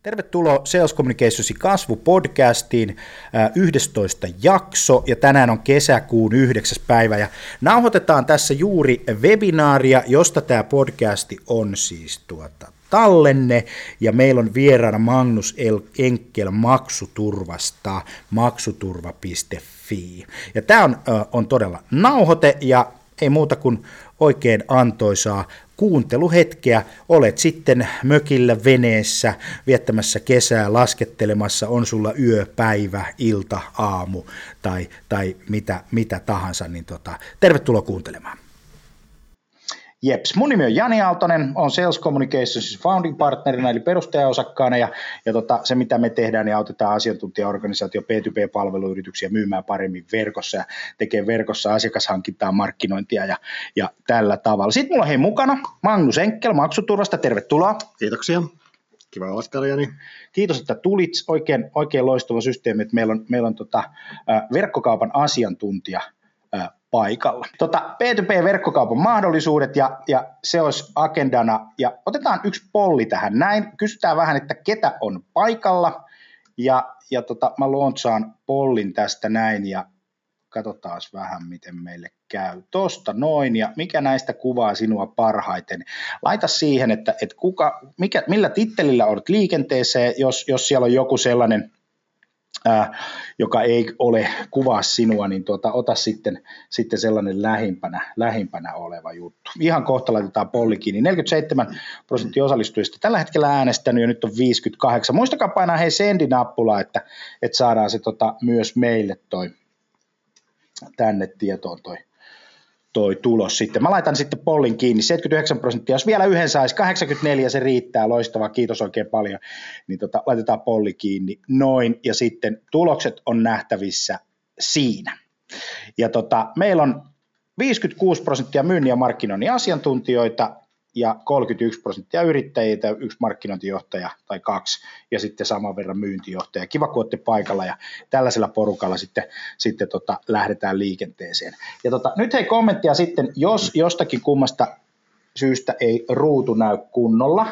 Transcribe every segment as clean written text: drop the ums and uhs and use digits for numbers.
Tervetuloa Sales Communicationsin kasvupodcastiin, 11 jakso ja tänään on kesäkuun 9. päivä ja nauhoitetaan tässä juuri webinaaria, josta tämä podcasti on siis tallenne ja meillä on vieraana Magnus Enkel Maksuturvasta, maksuturva.fi ja tämä on todella nauhoite ja ei muuta kuin oikein antoisaa kuunteluhetkeä. Olet sitten mökillä veneessä viettämässä kesää, laskettelemassa, on sulla yö, päivä, ilta, aamu tai mitä tahansa, niin tervetuloa kuuntelemaan. Jeps, mun nimi on Jani Aaltonen, olen Sales Communications founding partnerina eli perustajaosakkaana ja se mitä me tehdään, niin autetaan asiantuntijaorganisaatio B2B-palveluyrityksiä myymään paremmin verkossa ja tekee verkossa asiakashankintaa, markkinointia ja tällä tavalla. Sitten mulla on mukana Magnus Enkel Maksuturvasta, tervetuloa. Kiitoksia, kiva olla täällä Jani. Kiitos, että tulit, oikein loistava systeemi, että meillä on verkkokaupan asiantuntija paikalla. B2B-verkkokaupan mahdollisuudet ja se olisi agendana ja otetaan yksi polli tähän näin. Kysytään vähän, että ketä on paikalla ja mä launchaan pollin tästä näin ja katsotaan vähän miten meille käy. Tosta noin ja mikä näistä kuvaa sinua parhaiten. Laita siihen, että millä tittelillä olet liikenteeseen, jos siellä on joku sellainen joka ei ole kuvaa sinua, niin ota sitten sellainen lähimpänä oleva juttu. Ihan kohta laitetaan polli kiinni. 47% osallistujista tällä hetkellä äänestänyt ja nyt on 58. Muistakaa painaa sendi-nappulaa, että saadaan se myös meille tänne tietoon toi tulos sitten. Mä laitan sitten pollin kiinni, 79%, jos vielä yhden saisi, 84 se riittää, loistavaa, kiitos oikein paljon, niin laitetaan polli kiinni, noin, ja sitten tulokset on nähtävissä siinä. Ja meillä on 56% myynnin ja markkinoinnin asiantuntijoita, ja 31% yrittäjiä, yksi markkinointijohtaja tai 2, ja sitten saman verran myyntijohtaja. Kiva, kun olette paikalla, ja tällaisella porukalla sitten lähdetään liikenteeseen. Ja nyt kommenttia sitten, jos jostakin kummasta syystä ei ruutu näy kunnolla,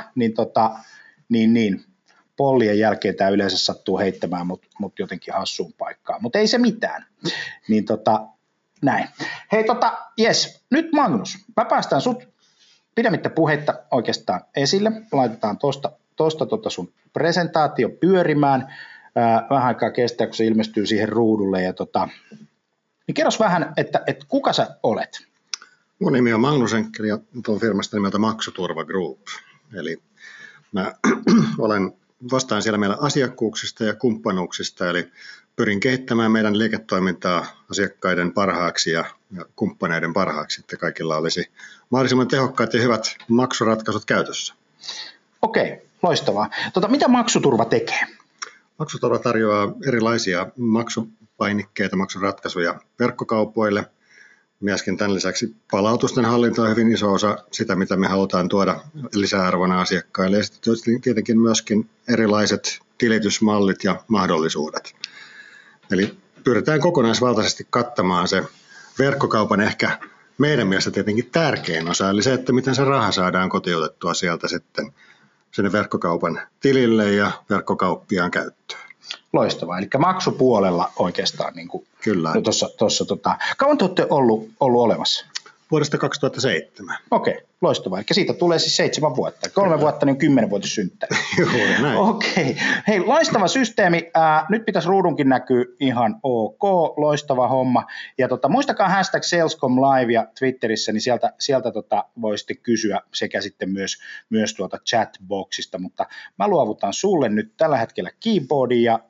niin pollien jälkeen tämä yleensä sattuu heittämään mut jotenkin hassuun paikkaan, mutta ei se mitään. Niin näin. Hei jes, nyt Magnus, mä päästään sut pidemmittä puhetta oikeastaan esille. Laitetaan tuosta sun presentaatio pyörimään. Vähän aikaa kestää, kun se ilmestyy siihen ruudulle. Niin kerros vähän, että kuka sä olet? Mun nimi on Magnus Enkel ja tuon firmasta nimeltä Maksuturva Group. Eli mä vastaan siellä meillä asiakkuuksista ja kumppanuuksista, eli pyrin kehittämään meidän liiketoimintaa asiakkaiden parhaaksi ja kumppaneiden parhaaksi, että kaikilla olisi mahdollisimman tehokkaat ja hyvät maksuratkaisut käytössä. Okei, loistavaa. Mitä Maksuturva tekee? Maksuturva tarjoaa erilaisia maksupainikkeita, maksuratkaisuja verkkokaupoille. Myöskin tämän lisäksi palautusten hallinta on hyvin iso osa sitä, mitä me halutaan tuoda lisäarvona asiakkaille. Ja sitten tietenkin myöskin erilaiset tilitysmallit ja mahdollisuudet. Eli pyritään kokonaisvaltaisesti kattamaan se verkkokaupan ehkä meidän mielestä tietenkin tärkein osa, eli se, että miten se raha saadaan kotiutettua sieltä sitten sinne verkkokaupan tilille ja verkkokauppiaan käyttöön. Loistavaa, eli maksupuolella oikeastaan. Niin kuin kyllä. Kauan te olette ollut olemassa? Vuodesta 2007. Okei, loistavaa. Eli siitä tulee siis 7 vuotta. 3 vuotta niin on 10-vuotissynttäri. Juuri näin. Okei. Hei, loistava systeemi. Nyt pitäisi ruudunkin näkyä ihan ok. Loistava homma. Ja muistakaa hashtag #SalesComLive ja Twitterissä, niin sieltä voi sitten kysyä sekä sitten myös chatboxista. Mutta mä luovutan sulle nyt tällä hetkellä keyboardin ja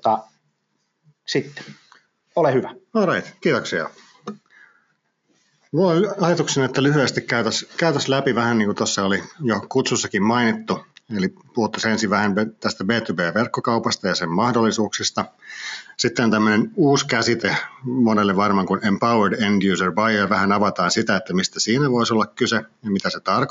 sitten ole hyvä. All right, kiitoksia. Mulla on ajatuksena, että lyhyesti käytäisiin läpi vähän niin kuin tuossa oli jo kutsussakin mainittu, eli puhuttaisiin ensin vähän tästä B2B-verkkokaupasta ja sen mahdollisuuksista. Sitten on tämmöinen uusi käsite monelle varmaan kuin Empowered End User Buyer, vähän avataan sitä, että mistä siinä voisi olla kyse ja mitä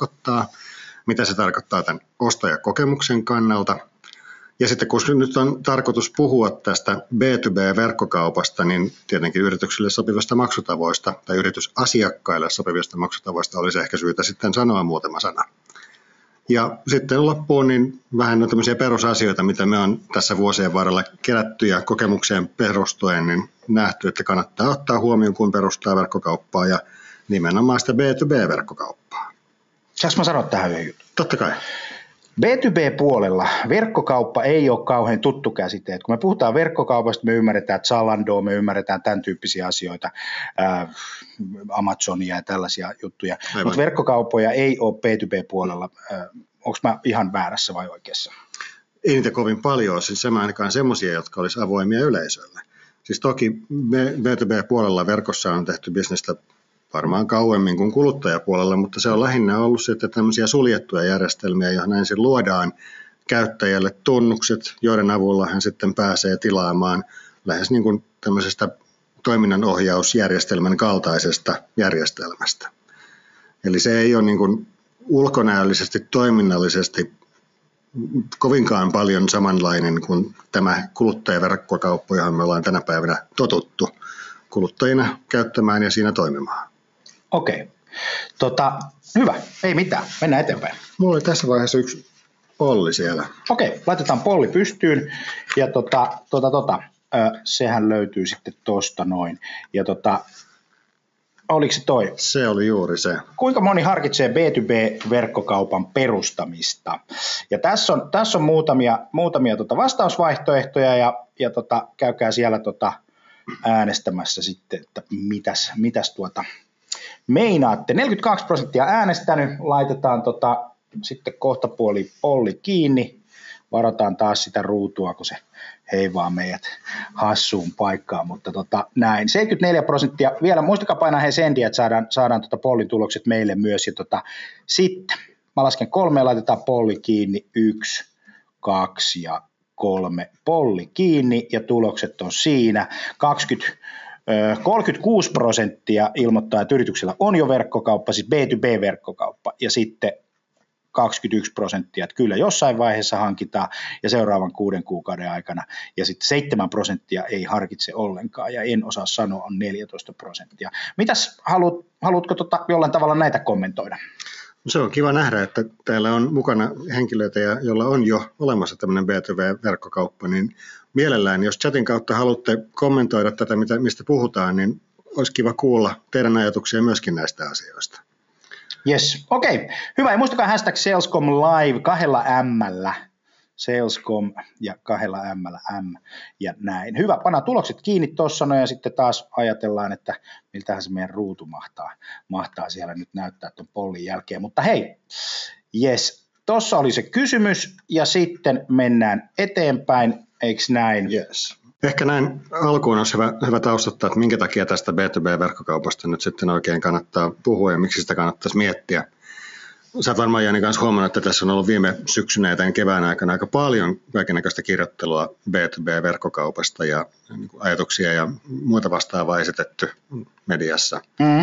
se tarkoittaa tämän ostajakokemuksen kannalta. Ja sitten kun nyt on tarkoitus puhua tästä B2B-verkkokaupasta, niin tietenkin yrityksille sopivista maksutavoista tai yritysasiakkaille sopivista maksutavoista olisi ehkä syytä sitten sanoa muutama sana. Ja sitten loppuun niin vähän tämmöisiä perusasioita, mitä me on tässä vuosien varrella kerätty ja kokemukseen perustuen, niin nähty, että kannattaa ottaa huomioon, kun perustaa verkkokauppaa ja nimenomaan sitä B2B-verkkokauppaa. Saanko mä sanoa tähän yhden jutun? Totta kai. B2B-puolella verkkokauppa ei ole kauhean tuttu käsite. Kun me puhutaan verkkokaupasta, me ymmärretään Zalandoa, me ymmärretään tämän tyyppisiä asioita, Amazonia ja tällaisia juttuja. Mutta verkkokauppoja ei ole B2B-puolella. Onko mä ihan väärässä vai oikeassa? Ei niitä kovin paljon ole, siis ainakaan semmoisia, jotka olisi avoimia yleisölle. Siis toki B2B-puolella verkossa on tehty bisnestä varmaan kauemmin kuin kuluttajapuolella, mutta se on lähinnä ollut sitten tämmöisiä suljettuja järjestelmiä, joihin ensin luodaan käyttäjälle tunnukset, joiden avulla hän sitten pääsee tilaamaan lähes niin kuin tämmöisestä toiminnanohjausjärjestelmän kaltaisesta järjestelmästä. Eli se ei ole niin kuin ulkonäöllisesti, toiminnallisesti kovinkaan paljon samanlainen kuin tämä kuluttajaverkkokauppa, johon me ollaan tänä päivänä totuttu kuluttajina käyttämään ja siinä toimimaan. Okei. Hyvä. Ei mitään. Mennään eteenpäin. Mulla oli tässä vaiheessa yksi polli siellä. Okei. Laitetaan polli pystyyn. Ja sehän löytyy sitten tosta noin. Ja oliko se toi? Se oli juuri se. Kuinka moni harkitsee B2B-verkkokaupan perustamista? Ja tässä on muutamia vastausvaihtoehtoja ja käykää siellä äänestämässä sitten, että mitäs meinaatte. 42% äänestänyt, laitetaan sitten kohtapuoli polli kiinni, varataan taas sitä ruutua, kun se heivaa meidät hassuun paikkaan, mutta näin. 74% vielä, muistakaa painaa sendiä, että saadaan pollin tulokset meille myös, ja sitten mä lasken 3 ja laitetaan polli kiinni, 1, 2 ja 3, polli kiinni ja tulokset on siinä. 36% ilmoittaa, että yrityksellä on jo verkkokauppa, siis B2B-verkkokauppa, ja sitten 21%, että kyllä jossain vaiheessa hankitaan ja seuraavan 6 kuukauden aikana, ja sitten 7% ei harkitse ollenkaan, ja en osaa sanoa, on 14%. Mitäs, haluatko jollain tavalla näitä kommentoida? Se on kiva nähdä, että täällä on mukana henkilöitä, joilla on jo olemassa tämmöinen B2B-verkkokauppa, niin mielellään, jos chatin kautta haluatte kommentoida tätä, mistä puhutaan, niin olisi kiva kuulla teidän ajatuksia myöskin näistä asioista. Yes, okei. Hyvä, ja muistakaa hashtag Salescom Live 2 M:llä. Salescom ja 2 M ja näin. Hyvä, pannaan tulokset kiinni tuossa ja sitten taas ajatellaan, että miltähän se meidän ruutu mahtaa siellä nyt näyttää tuon pollin jälkeen. Mutta hei, yes, tuossa oli se kysymys ja sitten mennään eteenpäin, eikö näin? Yes. Ehkä näin alkuun olisi hyvä taustottaa, että minkä takia tästä B2B-verkkokaupasta nyt sitten oikein kannattaa puhua ja miksi sitä kannattaisi miettiä. Sä oot varmaan Jani kanssa huomannut, että tässä on ollut viime syksynä ja tämän kevään aikana aika paljon kaikennäköistä kirjoittelua B2B-verkkokaupasta ja ajatuksia ja muuta vastaavaa esitetty mediassa.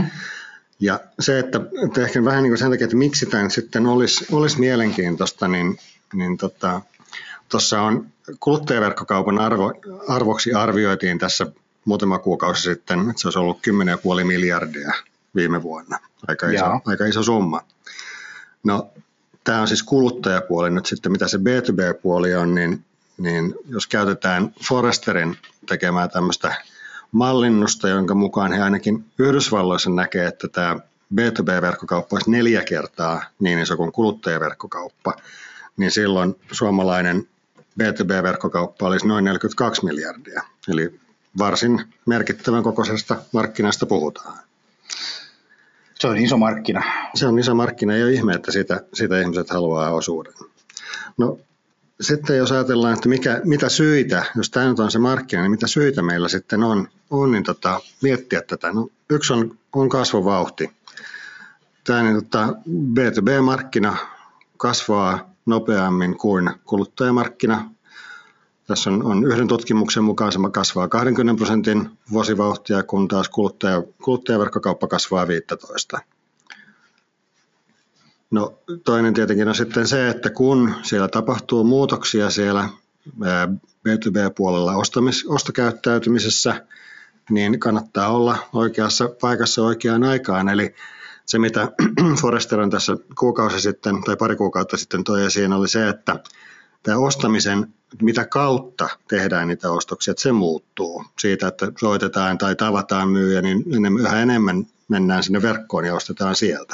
Ja se, että ehkä vähän niin kuin sen takia, että miksi tämä sitten olisi mielenkiintoista, niin tuossa on kuluttajaverkkokaupan arvoksi arvioitiin tässä muutama kuukausi sitten, että se olisi ollut 10,5 miljardia viime vuonna. Aika iso summa. No, tämä on siis kuluttajapuoli. Nyt sitten mitä se B2B-puoli on, niin jos käytetään Forresterin tekemää tämmöistä mallinnusta, jonka mukaan he ainakin Yhdysvalloissa näkee, että tämä B2B-verkkokauppa olisi 4 kertaa niin iso kuin kuluttajaverkkokauppa, niin silloin suomalainen B2B-verkkokauppa olisi noin 42 miljardia. Eli varsin merkittävän kokoisesta markkinasta puhutaan. Se on iso markkina. Se on iso markkina, ei ole ihme, että siitä ihmiset haluaa osuuden. No sitten jos ajatellaan, että mitä syitä, jos tämä nyt on se markkina, niin mitä syitä meillä sitten on niin miettiä tätä. No, yksi on kasvuvauhti. Tämä B2B-markkina kasvaa nopeammin kuin kuluttajamarkkina. Tässä on yhden tutkimuksen mukaan se kasvaa 20% vuosivauhtia, kun taas kuluttajaverkkokauppa kasvaa 15%. No, toinen tietenkin on sitten se, että kun siellä tapahtuu muutoksia siellä B2B-puolella ostokäyttäytymisessä, niin kannattaa olla oikeassa paikassa oikeaan aikaan. Eli Se, mitä Forrester on tässä kuukausi sitten tai pari kuukautta sitten toi esiin, oli se, että tämä ostamisen, mitä kautta tehdään niitä ostoksia, että se muuttuu siitä, että soitetaan tai tavataan myyjä, niin yhä enemmän mennään sinne verkkoon ja ostetaan sieltä.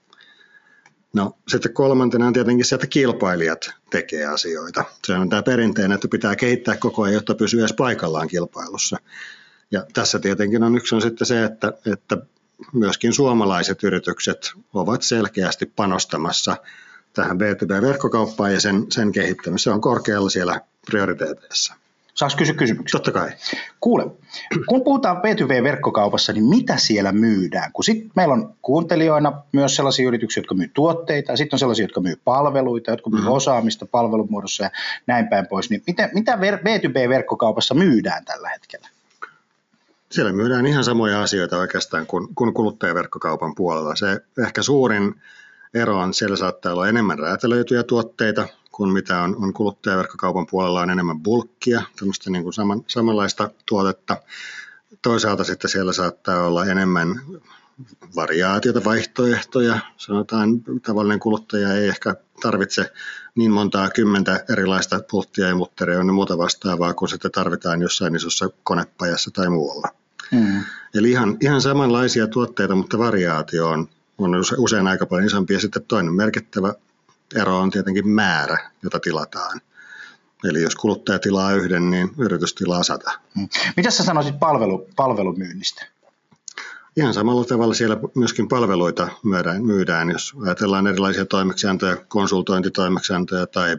No sitten kolmantena on tietenkin se, että kilpailijat tekee asioita. Se on tämä perinteinen, että pitää kehittää koko ajan, jotta pysyy edes paikallaan kilpailussa. Ja tässä tietenkin yksi on sitten se, että myöskin suomalaiset yritykset ovat selkeästi panostamassa tähän B2B-verkkokauppaan ja sen kehittämiseen. Se on korkealla siellä prioriteeteissa. Saanko kysyä kysymyksiä? Totta kai. Kuule, kun puhutaan B2B-verkkokaupassa, niin mitä siellä myydään? Kun sitten meillä on kuuntelijoina myös sellaisia yrityksiä, jotka myy tuotteita, ja sitten on sellaisia, jotka myy palveluita, jotka myy osaamista palvelumuodossa ja näin päin pois. Niin mitä B2B-verkkokaupassa myydään tällä hetkellä? Siellä myydään ihan samoja asioita oikeastaan kuin kuluttajaverkkokaupan puolella. Se ehkä suurin ero on, siellä saattaa olla enemmän räätälöityjä tuotteita kuin mitä on kuluttajaverkkokaupan puolella, on enemmän bulkkia, tämmöistä niin kuin samanlaista tuotetta. Toisaalta sitten siellä saattaa olla enemmän variaatiota, vaihtoehtoja. Sanotaan, tavallinen kuluttaja ei ehkä tarvitse niin montaa 10 erilaista pulttia ja mutteria ja muuta vastaavaa, kun sitten tarvitaan jossain isossa konepajassa tai muualla. Eli ihan samanlaisia tuotteita, mutta variaatio on usein aika paljon isompi. Ja sitten toinen merkittävä ero on tietenkin määrä, jota tilataan. Eli jos kuluttaja tilaa 1, niin yritys tilaa 100. Mitä sä sanoisit palvelumyynnistä? Ihan samalla tavalla siellä myöskin palveluita myydään, jos ajatellaan erilaisia toimeksiantoja, konsultointitoimeksiantoja tai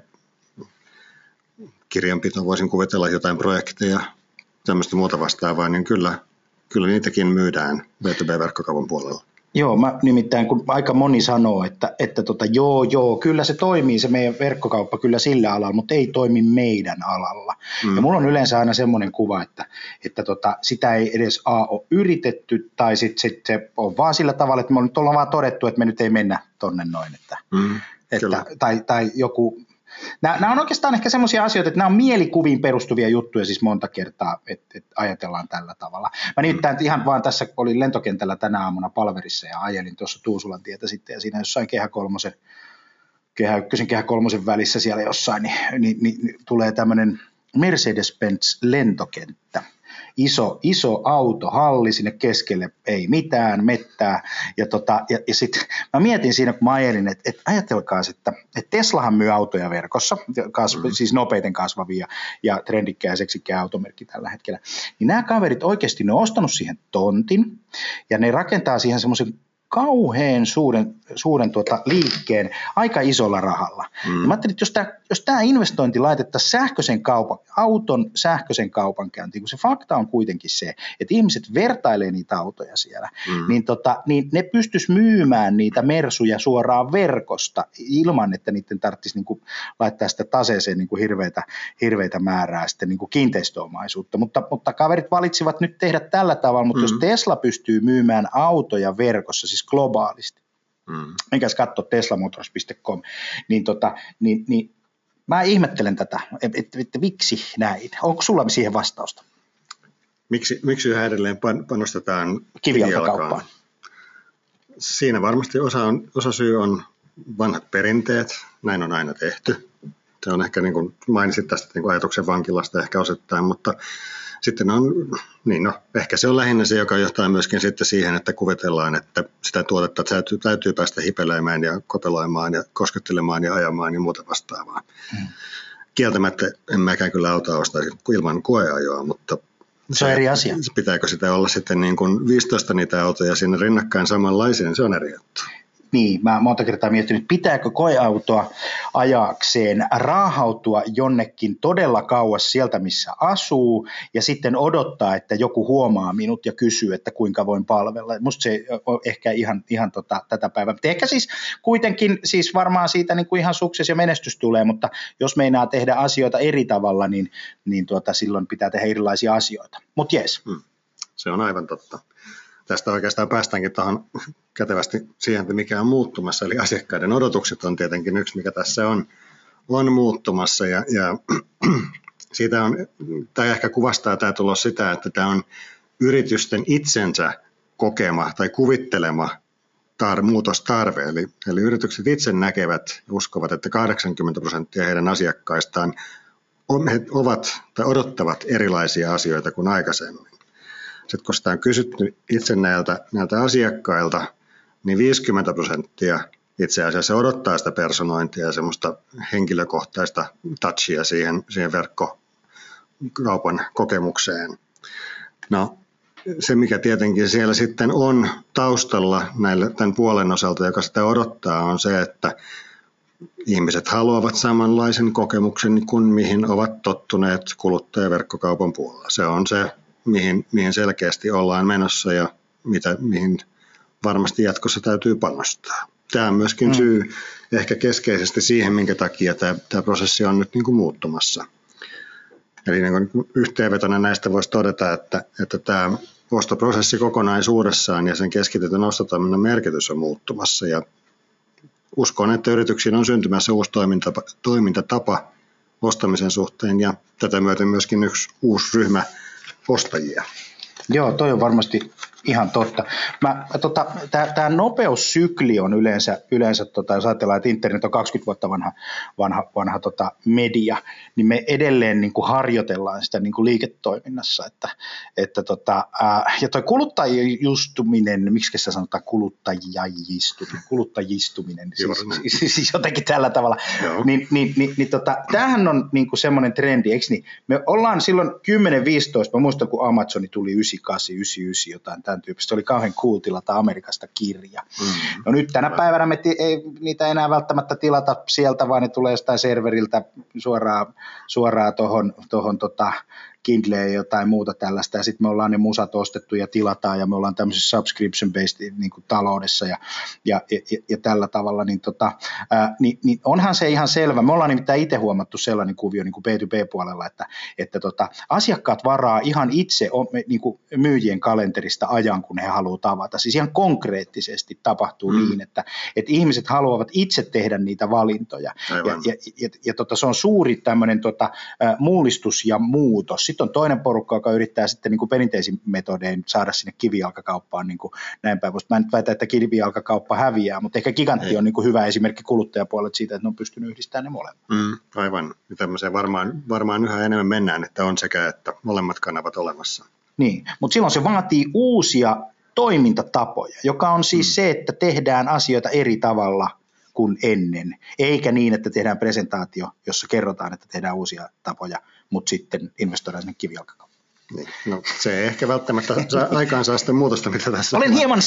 kirjanpito, voisin kuvitella jotain projekteja, tämmöistä muuta vastaavaa, niin kyllä niitäkin myydään B2B-verkkokaupan puolella. Joo, nimittäin kun aika moni sanoo, että kyllä se toimii se meidän verkkokauppa kyllä sillä alalla, mutta ei toimi meidän alalla. Ja mulla on yleensä aina semmoinen kuva, että sitä ei edes ole yritetty tai sitten se on vaan sillä tavalla, että me ollaan vaan todettu, että me nyt ei mennä tonne noin. Tai joku. Nämä on oikeastaan ehkä semmoisia asioita, että nämä on mielikuviin perustuvia juttuja siis monta kertaa, että ajatellaan tällä tavalla. Mä nimittäin ihan vaan tässä olin lentokentällä tänä aamuna Palverissa ja ajelin tuossa Tuusulan tietä sitten ja siinä jossain kehä 1, kehä 3 välissä siellä jossain, niin tulee tämmöinen Mercedes-Benz lentokenttä. Iso autohalli, sinne keskelle ei mitään, mettää. Ja sitten mä mietin siinä, kun mä ajelin, että ajatelkaa, että Teslahan myy autoja verkossa, siis nopeiten kasvavia ja trendikkää ja seksikkää automerkki tällä hetkellä. Niin nämä kaverit oikeasti, ne on ostanut siihen tontin ja ne rakentaa siihen semmoisen kauhean suuren liikkeen aika isolla rahalla. Ja mä ajattelin, että jos tämä investointi laitettaisiin auton sähköisen kaupankäyntiin, kun se fakta on kuitenkin se, että ihmiset vertailee niitä autoja siellä, niin ne pystyisi myymään niitä mersuja suoraan verkosta ilman, että niiden tarvitsisi niinku laittaa sitä taseeseen niinku hirveitä määrää sitten niinku kiinteistöomaisuutta. Mutta kaverit valitsivat nyt tehdä tällä tavalla, mutta jos Tesla pystyy myymään autoja verkossa, siis globaalisti, enkäs katso teslamotors.com, niin mä ihmettelen tätä, että miksi näin? Onko sulla siihen vastausta? Miksi yhä edelleen panostetaan kivijalkakauppaan? Siinä varmasti osa syy on vanhat perinteet, näin on aina tehty. Se on ehkä, niin kuin mainitsit tästä niin kuin ajatuksen vankilasta ehkä osittain, mutta sitten ehkä se on lähinnä se, joka johtaa myöskin sitten siihen, että kuvitellaan, että sitä tuotetta täytyy päästä hipelemään ja kopeloimaan ja koskettelemaan ja ajamaan ja muuta vastaavaa. Kieltämättä en mäkään kyllä autoa ostaisi ilman koeajoa, mutta se on eri asia. Pitääkö sitä olla sitten niin kuin 15 niitä autoja sinne rinnakkain samanlaisia, niin se on eri juttu. Niin, mä monta kertaa miettinyt, pitääkö koeautoa ajakseen raahautua jonnekin todella kauas sieltä, missä asuu, ja sitten odottaa, että joku huomaa minut ja kysyy, että kuinka voin palvella. Musta se on ehkä ihan tätä päivää. Ehkä siis kuitenkin siis varmaan siitä niin kuin ihan sukses ja menestys tulee, mutta jos meinaa tehdä asioita eri tavalla, niin silloin pitää tehdä erilaisia asioita. Mutta jees. Se on aivan totta. Tästä oikeastaan päästäänkin tuohon kätevästi siihen, että mikä on muuttumassa, eli asiakkaiden odotukset on tietenkin yksi, mikä tässä on muuttumassa, ja siitä tai ehkä kuvastaa tämä tulos sitä, että tämä on yritysten itsensä kokema tai kuvittelema muutostarve. Eli yritykset itse näkevät ja uskovat, että 80% heidän asiakkaistaan ovat tai odottavat erilaisia asioita kuin aikaisemmin. Sitten kun sitä on kysytty itse näiltä asiakkailta, niin 50% itse asiassa odottaa sitä personointia ja semmoista henkilökohtaista touchia siihen verkkokaupan kokemukseen. No, se, mikä tietenkin siellä sitten on taustalla tämän puolen osalta, joka sitä odottaa, on se, että ihmiset haluavat samanlaisen kokemuksen kuin mihin ovat tottuneet kuluttajaverkkokaupan puolella. Se on se, mihin selkeästi ollaan menossa ja mihin varmasti jatkossa täytyy panostaa. Tämä on myöskin syy ehkä keskeisesti siihen, minkä takia tämä prosessi on nyt niin kuin muuttumassa. Eli niin kuin yhteenvetona näistä voisi todeta, että tämä ostoprosessi kokonaisuudessaan ja sen keskitetyn ostotoiminnan merkitys on muuttumassa. Ja uskon, että yrityksiin on syntymässä uusi toimintatapa ostamisen suhteen ja tätä myöten myöskin yksi uusi ryhmä ostajia. Joo, toi on varmasti ihan totta. Tämä nopeussykli on yleensä jos ajatellaan, että internet on 20 vuotta vanha media, niin me edelleen niin kuin harjoitellaan sitä niin kuin liiketoiminnassa. Ja tuo kuluttajistuminen, miksi se sanotaan kuluttajistuminen, siis jotenkin tällä tavalla, tämähän on niin kuin semmoinen trendi, eikö niin? Me ollaan silloin 10-15, mä muistan kun Amazoni tuli 98, 99, jotain tämän tyyppistä. Se oli kauhean cool tilata Amerikasta kirja. No nyt tänä päivänä me ei niitä enää välttämättä tilata sieltä, vaan ne tulee jostain serveriltä suoraan tuohon Kindleen jotain muuta tällaista, ja sitten me ollaan ne musat ostettu ja tilataan, ja me ollaan tämmöisessä subscription-based niin kuin taloudessa ja tällä tavalla, niin onhan se ihan selvä. Me ollaan nimittäin itse huomattu sellainen kuvio niin kuin B2B-puolella, että asiakkaat varaa ihan itse niin kuin myyjien kalenterista ajan, kun he haluaa tavata. Siis ihan konkreettisesti tapahtuu niin, että ihmiset haluavat itse tehdä niitä valintoja, ja se on suuri tämmöinen mullistus ja muutos. Sitten on toinen porukka, joka yrittää sitten niin kuin perinteisin metodein saada sinne kivijalkakauppaan niin kuin näin päin. Mä en nyt väitä, että kivijalkakauppa häviää, mutta ehkä Gigantti on niin kuin hyvä esimerkki kuluttajapuolelta siitä, että ne on pystynyt yhdistämään ne molemmat. Aivan. Ja tämmöiseen varmaan yhä enemmän mennään, että on sekä että molemmat kanavat olemassa. Niin, mutta silloin se vaatii uusia toimintatapoja, joka on siis se, että tehdään asioita eri tavalla kuin ennen, eikä niin, että tehdään presentaatio, jossa kerrotaan, että tehdään uusia tapoja, mutta sitten investoidaan sinne kivijalkakauppaan. Niin. No, se ei ehkä välttämättä aikaan saa sitä muutosta, mitä tässä Olen hieman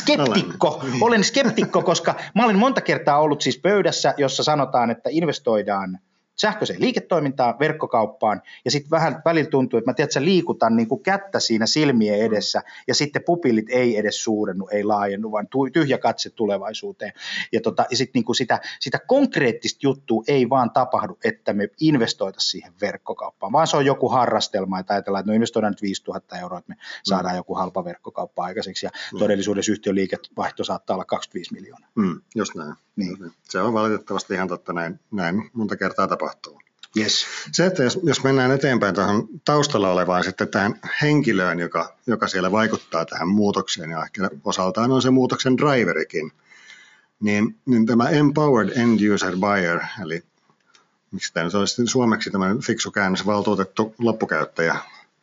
skeptikko, koska mä olen monta kertaa ollut siis pöydässä, jossa sanotaan, että investoidaan sähköiseen liiketoimintaan, verkkokauppaan, ja sitten vähän välillä tuntuu, että mä liikutan niin kuin kättä siinä silmien edessä, ja sitten pupillit ei edes suurennu, ei laajennu, vaan tyhjä katse tulevaisuuteen. Ja sitten niin kuin sitä konkreettista juttua ei vaan tapahdu, että me investoitaisiin siihen verkkokauppaan, vaan se on joku harrastelma, että ajatellaan, että no investoidaan nyt 5 000 €, että me saadaan joku halpa verkkokauppa aikaiseksi, ja todellisuudessa yhtiön liikevaihto saattaa olla 25 miljoonaa. Just näin. Niin. Se on valitettavasti ihan totta, näin monta kertaa tapahtuu. Yes. Se, että jos mennään eteenpäin tuohon taustalla olevaan sitten tähän henkilöön, joka siellä vaikuttaa tähän muutokseen ja ehkä osaltaan on se muutoksen driverikin, niin tämä empowered end user buyer, eli miksi tämä nyt olisi suomeksi tämmöinen fiksu käännös, valtuutettu loppukäyttäjä,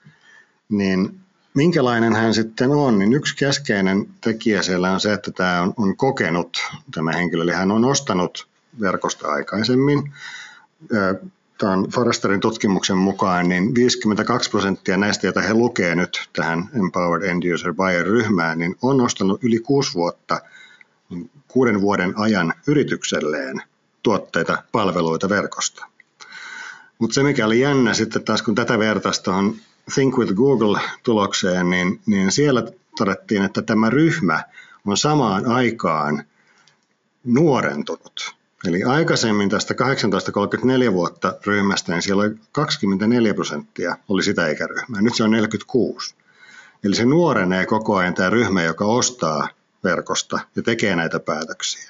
niin minkälainen hän sitten on, niin yksi keskeinen tekijä siellä on se, että tämä on kokenut tämä henkilö, eli hän on ostanut verkosta aikaisemmin. Tämän Forresterin tutkimuksen mukaan niin 52% näistä, joita he lukee nyt tähän Empowered End User Buyer-ryhmään, niin on ostanut yli 6 vuoden ajan yritykselleen tuotteita, palveluita verkosta. Mutta se, mikä oli jännä sitten taas, kun tätä vertaisi tuohon Think with Google-tulokseen, niin siellä todettiin, että tämä ryhmä on samaan aikaan nuorentunut. Eli aikaisemmin tästä 18-34 vuotta ryhmästä, niin siellä oli 24% oli sitä ikäryhmää. Nyt se on 46%. Eli se nuorenee koko ajan tämä ryhmä, joka ostaa verkosta ja tekee näitä päätöksiä.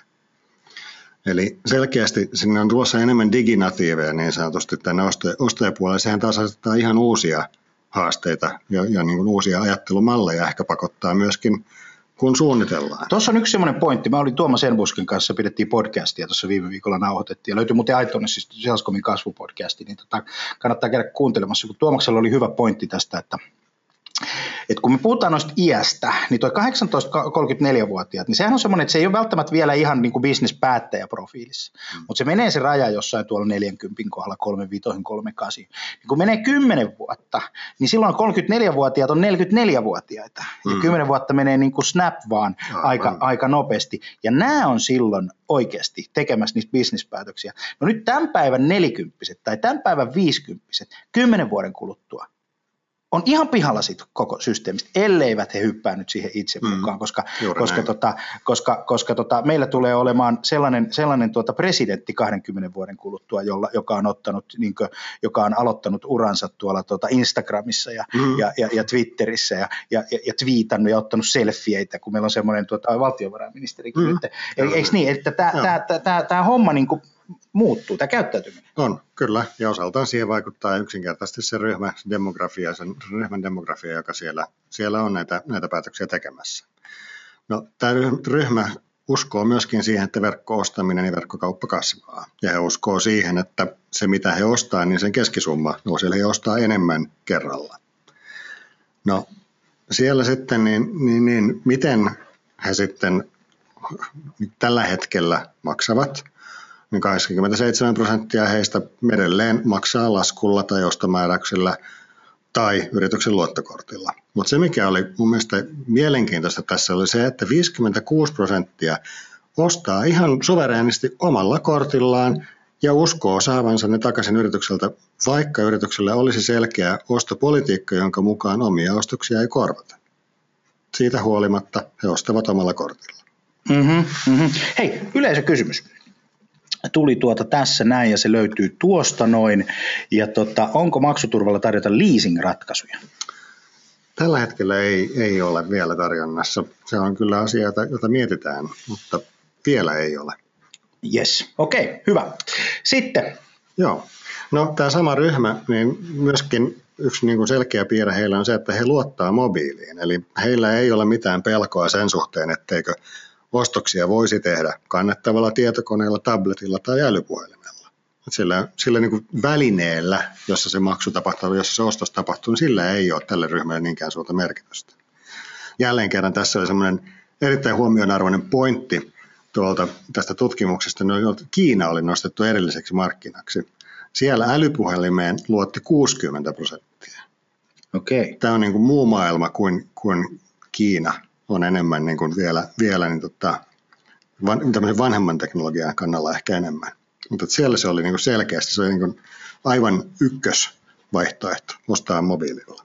Eli selkeästi sinne on tulossa enemmän diginatiiveja niin sanotusti tänne ostajapuolelle. Sehän taas asettaa ihan uusia haasteita ja niin kuin uusia ajattelumalleja, ehkä pakottaa myöskin kun suunnitellaan. Tuossa on yksi semmoinen pointti. Mä olin Tuomas Enbusken kanssa, pidettiin podcastia, tuossa viime viikolla nauhoitettiin, ja löytyi muuten iTunesista Salescomin kasvupodcasti, niin kannattaa käydä kuuntelemassa, kun Tuomaksella oli hyvä pointti tästä, että kun me puhutaan noista iästä, niin toi 18-34-vuotiaat, niin sehän on semmoinen, että se ei ole välttämättä vielä ihan niin kuin business-päättäjäprofiilissa, mutta se menee se raja jossain tuolla 40 kohdalla, 35, 38. Niin kun menee 10 vuotta, niin silloin 34-vuotiaat on 44-vuotiaita, ja 10 vuotta menee niin kuin snap vaan aika nopeasti, ja nämä on silloin oikeasti tekemässä niistä business-päätöksiä. No nyt tämän päivän 40-vuotiaat tai tämän päivän 50-vuotiaat 10 vuoden kuluttua on ihan pihalla siitä koko systeemistä, elleivät he hyppää nyt siihen itse mukaan, koska meillä tulee olemaan sellainen presidentti 20 vuoden kuluttua, joka on aloittanut uransa tuolla Instagramissa ja Twitterissä ja twiitannut ja ottanut selfieitä, kun meillä on semmoinen valtiovarainministerikin nyt. Eikö niin, että tämä homma niin kuin muuttuu, tämä käyttäytyminen? On, kyllä, ja osaltaan siihen vaikuttaa yksinkertaisesti se ryhmän demografia, joka siellä on näitä päätöksiä tekemässä. No, tämä ryhmä uskoo myöskin siihen, että verkko-ostaminen ja verkkokauppa kasvaa, ja he uskoo siihen, että se mitä he ostaa, niin sen keskisumma nousee, eli he ostaa enemmän kerralla. No, siellä sitten, niin miten he sitten tällä hetkellä maksavat? Niin 87% heistä edelleen maksaa laskulla tai ostomääräyksellä tai yrityksen luottokortilla. Mutta se, mikä oli mun mielestä mielenkiintoista tässä, oli se, että 56% ostaa ihan suvereenisti omalla kortillaan ja uskoo saavansa ne takaisin yritykseltä, vaikka yrityksellä olisi selkeä ostopolitiikka, jonka mukaan omia ostoksia ei korvata. Siitä huolimatta he ostavat omalla kortilla. Hei, yleisökysymys. Tuli tässä näin ja se löytyy tuosta noin. Ja onko maksuturvalla tarjota leasing-ratkaisuja? Tällä hetkellä ei ole vielä tarjonnassa. Se on kyllä asia, jota mietitään, mutta vielä ei ole. Yes, okei, hyvä. Sitten. Joo. No tämä sama ryhmä, niin myöskin yksi niin kuin selkeä piirre heillä on se, että he luottaa mobiiliin. Eli heillä ei ole mitään pelkoa sen suhteen, etteikö ostoksia voisi tehdä kannettavalla tietokoneella, tabletilla tai älypuhelimella. Sillä niin kuin välineellä, jossa se maksu tapahtuu, jossa se ostos tapahtuu, niin sillä ei ole tälle ryhmälle niinkään suurta merkitystä. Jälleen kerran tässä oli semmoinen erittäin huomionarvoinen pointti tästä tutkimuksesta. Kiina oli nostettu erilliseksi markkinaksi. Siellä älypuhelimeen luotti 60%. Okay. Tämä on niin kuin muu maailma kuin Kiina. On enemmän niin kuin vielä niin tämmöisen vanhemman teknologian kannalla ehkä enemmän. Mutta siellä se oli niin kuin selkeästi, se oli niin kuin aivan ykkösvaihtoehto ostaa mobiililla.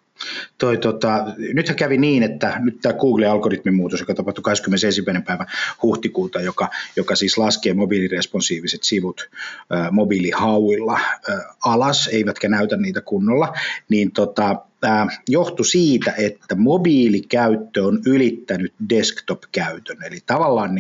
Nythän kävi niin, että nyt tämä Google-algoritmin muutos, joka tapahtui 21. päivä huhtikuuta, joka siis laskee mobiiliresponsiiviset sivut mobiilihauilla alas, eivätkä näytä niitä kunnolla, niin johtui siitä, että mobiilikäyttö on ylittänyt desktop-käytön. Eli tavallaan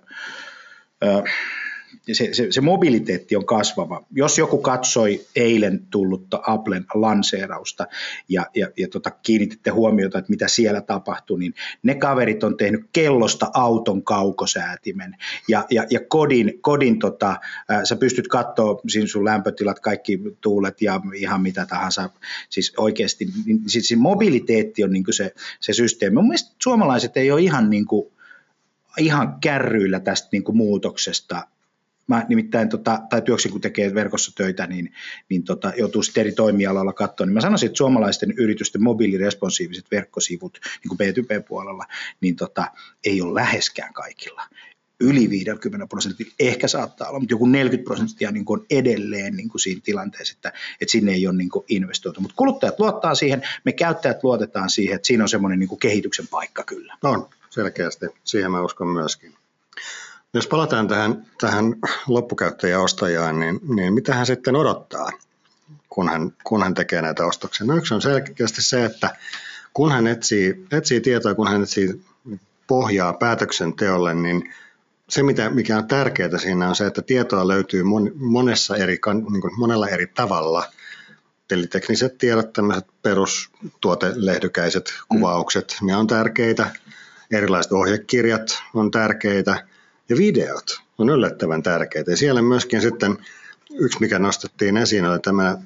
se mobiliteetti on kasvava. Jos joku katsoi eilen tullutta Applen lanseerausta ja kiinnititte huomiota, että mitä siellä tapahtui, niin ne kaverit on tehnyt kellosta auton kaukosäätimen ja kodin sä pystyt katsoa siinä sun lämpötilat, kaikki tuulet ja ihan mitä tahansa. Siis oikeasti siis mobiliteetti on niin kuin se systeemi. Mun mielestä suomalaiset ei ole ihan kärryillä tästä niin kuin muutoksesta. Mä nimittäin, tai työksi kun tekee verkossa töitä, niin joutuu sitten eri toimialoilla katsoa, niin mä sanoisin, että suomalaisten yritysten mobiiliresponsiiviset verkkosivut, niin kuin B2B-puolella, niin ei ole läheskään kaikilla. Yli 50%, ehkä saattaa olla, mutta joku 40% niin kuin on edelleen niin kuin siinä tilanteessa, että sinne ei ole niin kuin investoitu. Mutta kuluttajat luottaa siihen, me käyttäjät luotetaan siihen, että siinä on semmoinen niin kuin kehityksen paikka kyllä. On, selkeästi. Siihen mä uskon myöskin. Jos palataan tähän loppukäyttäjä-ostajaan, niin mitä hän sitten odottaa, kun hän tekee näitä ostoksia? No yksi on selkeästi se, että kun hän etsii tietoa, kun hän etsii pohjaa päätöksenteolle, niin se, mikä on tärkeää siinä on se, että tietoa löytyy monella eri tavalla. Eli tekniset tiedot, tämmöiset perustuotelehdykäiset kuvaukset, ne on tärkeitä. erilaiset ohjekirjat on tärkeitä ja videot on yllättävän tärkeitä. Ja siellä myöskin sitten yksi, mikä nostettiin esiin, oli tämä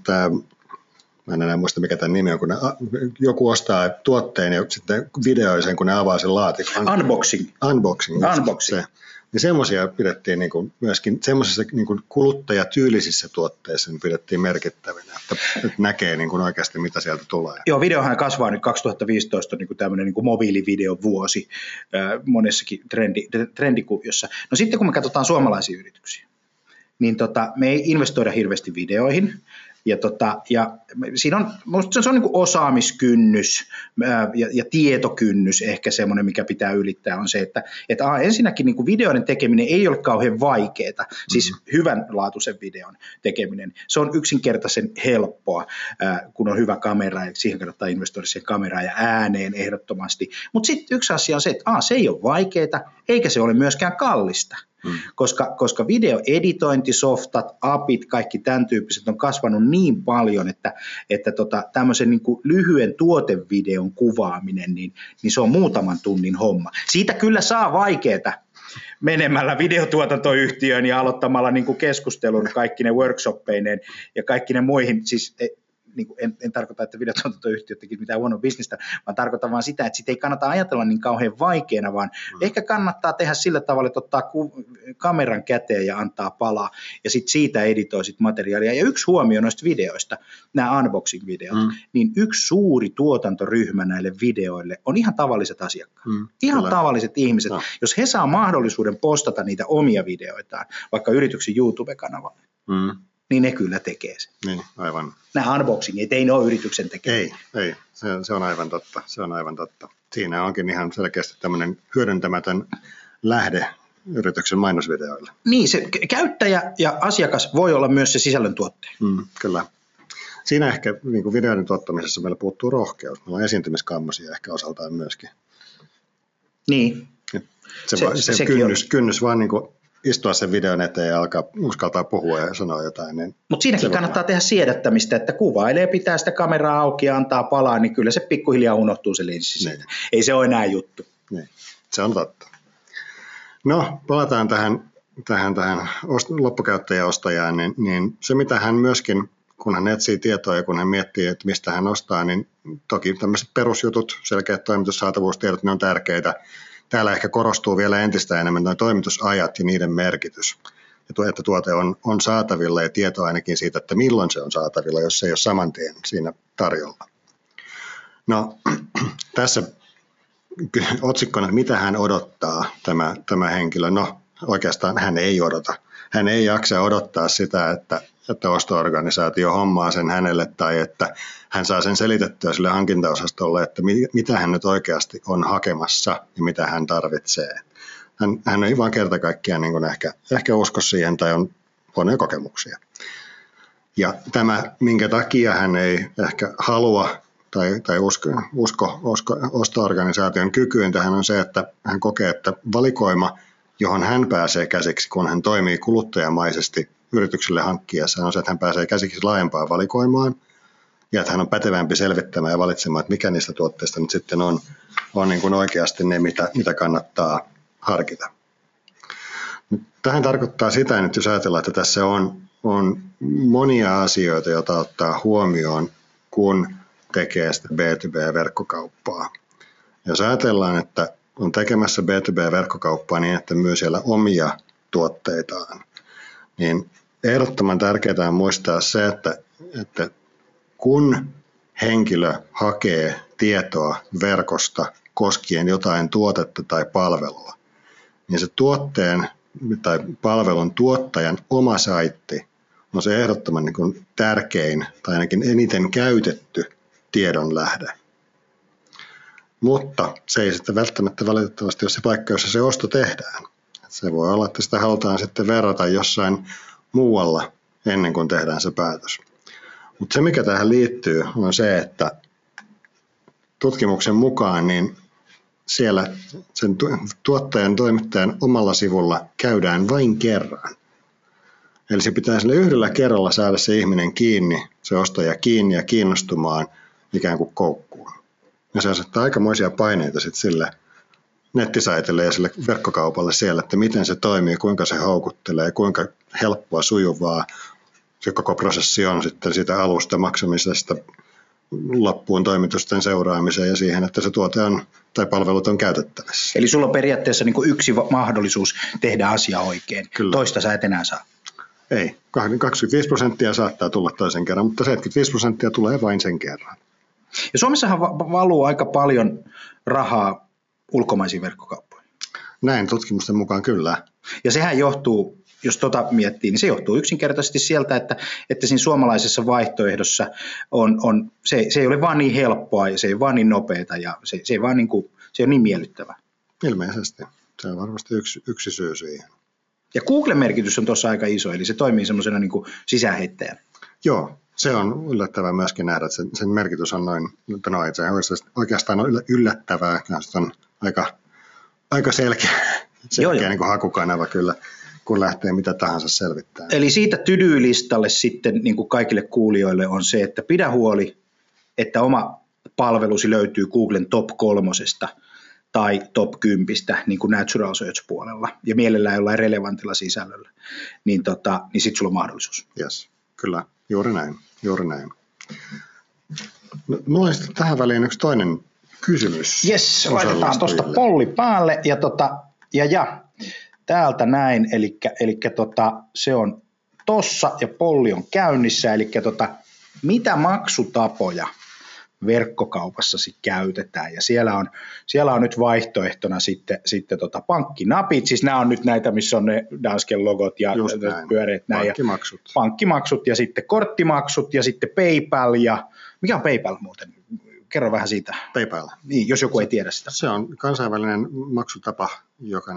mä en enää muista mikä tämän nimi on, kun joku ostaa tuotteen ja sitten videoi sen, kun ne avaa sen laatikon. Unboxing. Ja semmoisia pidettiin niin kuin myöskin semmoisissa niin kuin kuluttajatyylisissä tuotteissa niin pidettiin merkittävinä, että näkee niin kuin oikeasti mitä sieltä tulee. Joo, videohan kasvaa nyt 2015 niin kuin tämmöinen niin kuin mobiilivideon vuosi monessakin trendikuviossa. No sitten kun me katsotaan suomalaisia yrityksiä, niin me ei investoida hirveästi videoihin. Ja siinä on, se on niin kuin osaamiskynnys ja tietokynnys ehkä semmoinen, mikä pitää ylittää, on se, että ensinnäkin niin kuin videoiden tekeminen ei ole kauhean vaikeaa, siis hyvänlaatuisen videon tekeminen. Se on yksinkertaisen helppoa, kun on hyvä kamera, ja siihen kannattaa investoida siihen kameraan ja ääneen ehdottomasti. Mutta sitten yksi asia on se, että se ei ole vaikeaa, eikä se ole myöskään kallista. Koska videoeditointisoftat, appit, kaikki tämän tyyppiset on kasvanut niin paljon, että tämmöisen niin kuin lyhyen tuotevideon kuvaaminen, niin se on muutaman tunnin homma. Siitä kyllä saa vaikeaa menemällä videotuotantoyhtiöön ja aloittamalla niin kuin keskustelun kaikki ne workshoppeineen ja kaikki ne muihin, siis niin en tarkoita, että videotuotantoyhtiöt tekisivät mitään huonoa bisnestä, vaan tarkoitan vaan sitä, että sitä ei kannata ajatella niin kauhean vaikeana, vaan ehkä kannattaa tehdä sillä tavalla, että ottaa kameran käteen ja antaa palaa, ja sitten siitä editoi sit materiaalia. Ja yksi huomio noista videoista, nämä unboxing-videot, niin yksi suuri tuotantoryhmä näille videoille on ihan tavalliset asiakkaat. Ihan kyllä. Tavalliset ihmiset. No. Jos he saa mahdollisuuden postata niitä omia videoitaan, vaikka yrityksen YouTube-kanavalle, niin ne kyllä tekee sen. Niin, aivan. Nämä unboxingit, ei ne ole yrityksen tekemään. Ei. Se on aivan totta. Siinä onkin ihan selkeästi tämmöinen hyödyntämätön lähde yrityksen mainosvideoille. Niin, se käyttäjä ja asiakas voi olla myös se sisällöntuottaja. Kyllä. Siinä ehkä niin kuin videoiden tuottamisessa meillä puuttuu rohkeus. Meillä on esiintymiskammosia ehkä osaltaan myöskin. Niin. Se kynnys vaan niin kuin istua sen videon eteen ja uskaltaa puhua ja sanoa jotain. Niin mutta siinäkin kannattaa tehdä siedättämistä, että kuvailee, pitää sitä kameraa auki ja antaa palaa, niin kyllä se pikkuhiljaa unohtuu se linssi siitä. Ei se ole enää juttu. Niin. Se on totta. No, palataan tähän loppukäyttäjäostajaan, niin se mitä hän myöskin, kun hän etsii tietoa ja kun hän miettii, että mistä hän ostaa, niin toki tämmöiset perusjutut, selkeät toimitussaatavuustiedot, ne on tärkeitä. Täällä ehkä korostuu vielä entistä enemmän nuo toimitusajat ja niiden merkitys. Että tuote on saatavilla ja tieto ainakin siitä, että milloin se on saatavilla, jos se ei ole saman tien siinä tarjolla. No, tässä otsikkona, että mitä hän odottaa, tämä henkilö. No, oikeastaan hän ei odota. Hän ei jaksa odottaa sitä, että osto-organisaatio hommaa sen hänelle tai että hän saa sen selitettyä sille hankintaosastolle, että mitä hän nyt oikeasti on hakemassa ja mitä hän tarvitsee. Hän ei vaan kerta kaikkiaan niin kuin ehkä usko siihen tai on huonoja kokemuksia. Ja tämä, minkä takia hän ei ehkä halua tai usko osto-organisaation kykyyn tähän on se, että hän kokee, että valikoima, johon hän pääsee käsiksi, kun hän toimii kuluttajamaisesti yritykselle hankkiessa, on se, että hän pääsee käsiksi laajempaan valikoimaan ja että hän on pätevämpi selvittämään ja valitsemaan, että mikä niistä tuotteista nyt sitten on niin kuin oikeasti ne, mitä kannattaa harkita. Tähän tarkoittaa sitä, että jos ajatellaan, että tässä on monia asioita, joita ottaa huomioon, kun tekee sitä B2B-verkkokauppaa. Jos ajatellaan, että on tekemässä B2B-verkkokauppaa niin, että myy siellä omia tuotteitaan, niin ehdottoman tärkeää on muistaa se, että kun henkilö hakee tietoa verkosta koskien jotain tuotetta tai palvelua, niin se tuotteen tai palvelun tuottajan oma saitti on se ehdottoman niin kuin tärkein tai ainakin eniten käytetty tiedonlähde. Mutta se ei sitten välttämättä valitettavasti ole se paikka, jossa se osto tehdään. Se voi olla, että sitä halutaan sitten verrata jossain muualla ennen kuin tehdään se päätös. Mutta se, mikä tähän liittyy, on se, että tutkimuksen mukaan niin siellä sen tuottajan toimittajan omalla sivulla käydään vain kerran. Eli se pitää sille yhdellä kerralla saada se ihminen kiinni, se ostaja kiinni ja kiinnostumaan ikään kuin koukkuun. Ja se asettaa aikamoisia paineita sitten nettisaitille ja sille verkkokaupalle siellä, että miten se toimii, kuinka se houkuttelee, kuinka helppoa, sujuvaa se koko prosessi on sitten siitä alusta maksamisesta loppuun toimitusten seuraamiseen ja siihen, että se tuote on tai palvelut on käytettävissä. Eli sulla on periaatteessa niin kuin yksi mahdollisuus tehdä asia oikein. Kyllä. Toista sä et enää saa. Ei, 25% saattaa tulla toisen kerran, mutta 75% tulee vain sen kerran. Ja Suomessahan valuu aika paljon rahaa ulkomaisiin verkkokauppoihin. Näin tutkimusten mukaan kyllä. Ja sehän johtuu, jos miettii, niin se johtuu yksinkertaisesti sieltä, että siinä suomalaisessa vaihtoehdossa se ei ole vaan niin helppoa ja se ei ole vaan niin nopeata ja se ei vaan niin kuin, se on niin miellyttävää. Ilmeisesti. Se on varmasti yksi syy siihen. Ja Google-merkitys on tuossa aika iso, eli se toimii semmoisena niin kuin sisäänheittäjänä. Joo, se on yllättävää myöskin nähdä, että sen merkitys on noin, että no itse oikeastaan on yllättävää, se on aika selkeä niin kuin hakukanava kyllä, kun lähtee mitä tahansa selvittää. Eli siitä to-do-listalle sitten niin kuin kaikille kuulijoille on se, että pidä huoli, että oma palvelusi löytyy Googlen top 3 tai top 10, niin kuin Natural Search-puolella, ja mielellään jollain relevantilla sisällöllä, niin sitten sulla on mahdollisuus. Yes, kyllä, juuri näin. No, mulla on sitten tähän väliin yksi toinen kysymys. Jes, laitetaan tuosta polli päälle, ja täältä näin, eli se on tossa, ja polli on käynnissä, eli mitä maksutapoja verkkokaupassa käytetään, ja siellä on nyt vaihtoehtona sitten pankkinapit, siis nämä on nyt näitä, missä on ne Dansken logot ja pyöreät näin, pankkimaksut ja sitten korttimaksut ja sitten PayPal, ja mikä on PayPal muuten? Kerro vähän siitä. PayPal. Niin, jos joku ei tiedä sitä. Se on kansainvälinen maksutapa, joka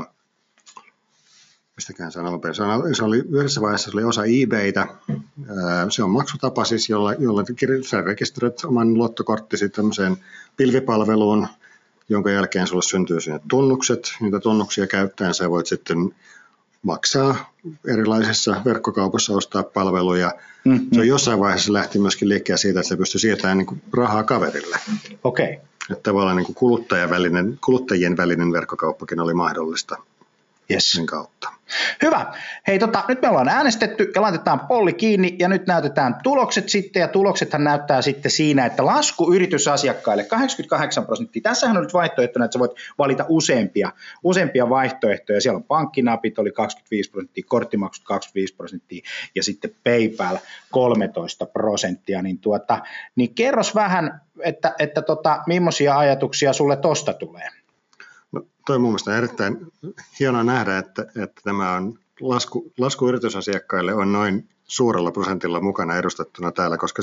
mistäkään se on alun perin. Se oli yhdessä vaiheessa osa eBaytä. Se on maksutapa siis, jolla sä rekisteröit oman luottokorttisi tämmöiseen pilvipalveluun, jonka jälkeen sulle syntyy sinne tunnukset. Niitä tunnuksia käyttäen sä voit sitten maksaa erilaisissa verkkokaupassa, ostaa palveluja. Mm-hmm. Se on jossain vaiheessa lähti myöskin liikkeelle siitä, että se pystyy siirtämään niin kuin rahaa kaverille. Okei. Okay. Että tavallaan niin kuin kuluttajien välinen verkkokauppakin oli mahdollista. Yes. Sen kautta. Hyvä. Hei, nyt me ollaan äänestetty ja laitetaan polli kiinni ja nyt näytetään tulokset sitten ja tuloksethan näyttää sitten siinä, että lasku yritysasiakkaille 88%. Tässähän on nyt vaihtoehtona, että sä voit valita useampia vaihtoehtoja. Siellä on pankkinapit oli 25%, korttimaksut 25% ja sitten PayPal 13%. Niin kerros vähän, että millaisia ajatuksia sulle tosta tulee? No, toi mun mielestä erittäin hienoa nähdä, että tämä on lasku yritysasiakkaille on noin suurella prosentilla mukana edustettuna täällä, koska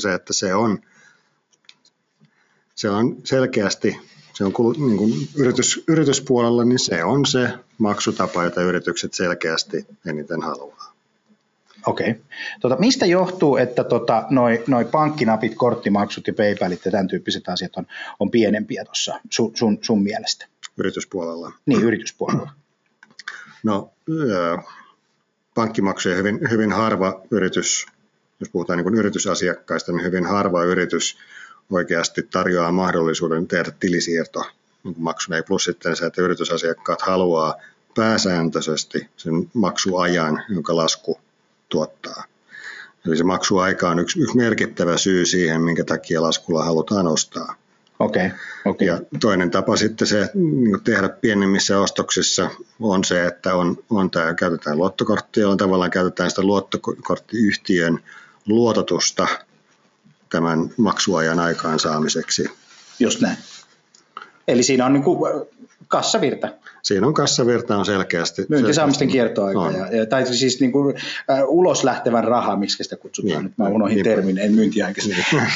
se on selkeästi, se on niin kuin yrityspuolella, niin se on se maksutapa, jota yritykset selkeästi eniten haluaa. Okei. Mistä johtuu, että noi pankkinapit, korttimaksut ja PayPalit ja tämän tyyppiset asiat on pienempiä tuossa sun mielestä? Yrityspuolella. Niin, yrityspuolella. No, pankkimaksuja hyvin harva yritys, jos puhutaan niin kuin yritysasiakkaista, niin hyvin harva yritys oikeasti tarjoaa mahdollisuuden tehdä tilisiirto niin maksuna. Plus sitten se, että yritysasiakkaat haluaa pääsääntöisesti sen maksuajan, jonka lasku tuottaa. Eli se maksuaika on yksi merkittävä syy siihen, minkä takia laskulla halutaan ostaa. Okay. Ja toinen tapa sitten se niin tehdä pienemmissä ostoksissa on se, että käytetään luottokorttia, jolloin tavallaan käytetään sitä luottokorttiyhtiön luototusta tämän maksuajan aikaansaamiseksi. Just näin. Eli siinä on niin kuin kassavirta. Siinä on kassavirta on selkeästi. Myyntisaamisten kiertoaika. Tai siis niin kuin, ulos lähtevän rahaa, miksi sitä kutsutaan. Nyt mä unohdin termin, en myyntiaikaista.